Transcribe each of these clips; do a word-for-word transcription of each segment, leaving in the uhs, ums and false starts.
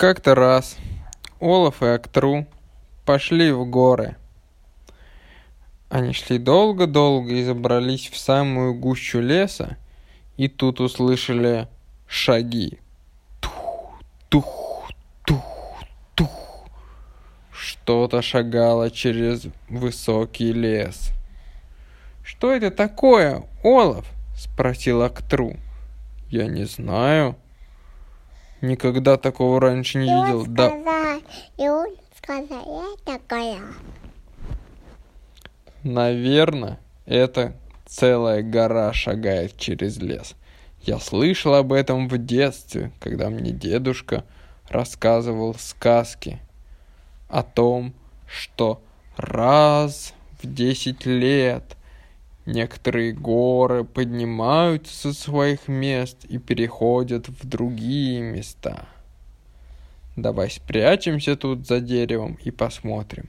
Как-то раз Олаф и Актру пошли в горы. Они шли долго-долго и забрались в самую гущу леса, и тут услышали шаги. Тух, тух, тух, тух. Что-то шагало через высокий лес. «Что это такое, Олаф?» — спросил Актру. «Я не знаю. Никогда такого раньше не И видел». он Да. сказал, и он сказал, я такая. Наверное, это целая гора шагает через лес. Я слышал об этом в детстве, когда мне дедушка рассказывал сказки о том, что раз в десять лет некоторые горы поднимаются со своих мест и переходят в другие места. Давай спрячемся тут за деревом и посмотрим.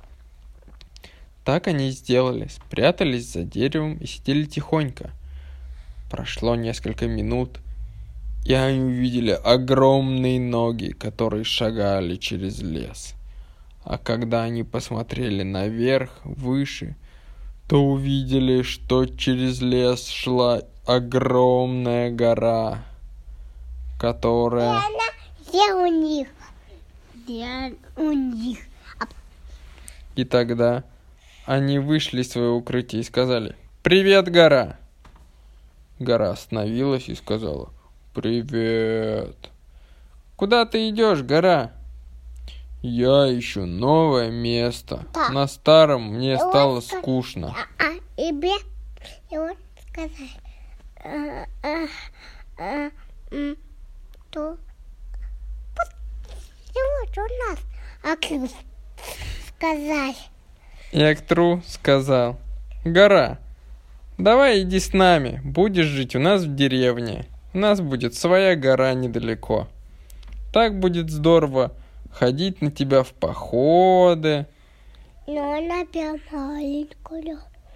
Так они и сделали, спрятались за деревом и сидели тихонько. Прошло несколько минут, и они увидели огромные ноги, которые шагали через лес. А когда они посмотрели наверх, выше, то увидели, что через лес шла огромная гора, которая... И она, где у них? Где у них? И тогда они вышли из своего укрытия и сказали: «Привет, гора!» Гора остановилась и сказала: «Привет!» «Куда ты идешь, гора?» «Я ищу новое место. Да. На старом мне И он стало ска- скучно». А, а, и бе, и он сказал, а, а, а, м, то, вот у нас, а как сказать? И Актру сказал: «Гора, давай иди с нами, будешь жить у нас в деревне. У нас будет своя гора недалеко. Так будет здорово ходить на тебя в походы». Но она прям маленькая.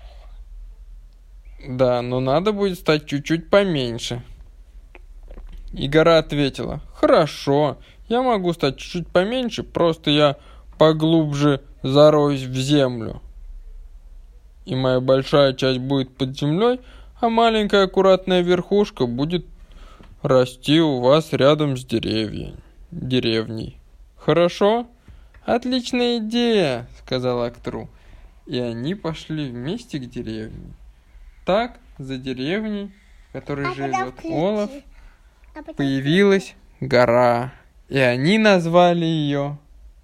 «Да, но надо будет стать чуть-чуть поменьше». И гора ответила: «Хорошо, я могу стать чуть-чуть поменьше, просто я поглубже зароюсь в землю. И моя большая часть будет под землей, а маленькая аккуратная верхушка будет расти у вас рядом с деревьей, деревней. Хорошо?» «Отличная идея», — сказала Актру. И они пошли вместе к деревне. Так, за деревней, в которой А когда живет включи? Олаф, А потом- появилась гора. И они назвали ее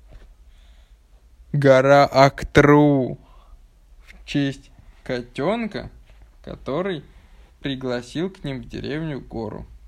Гора Актру в честь котенка, который пригласил к ним в деревню гору.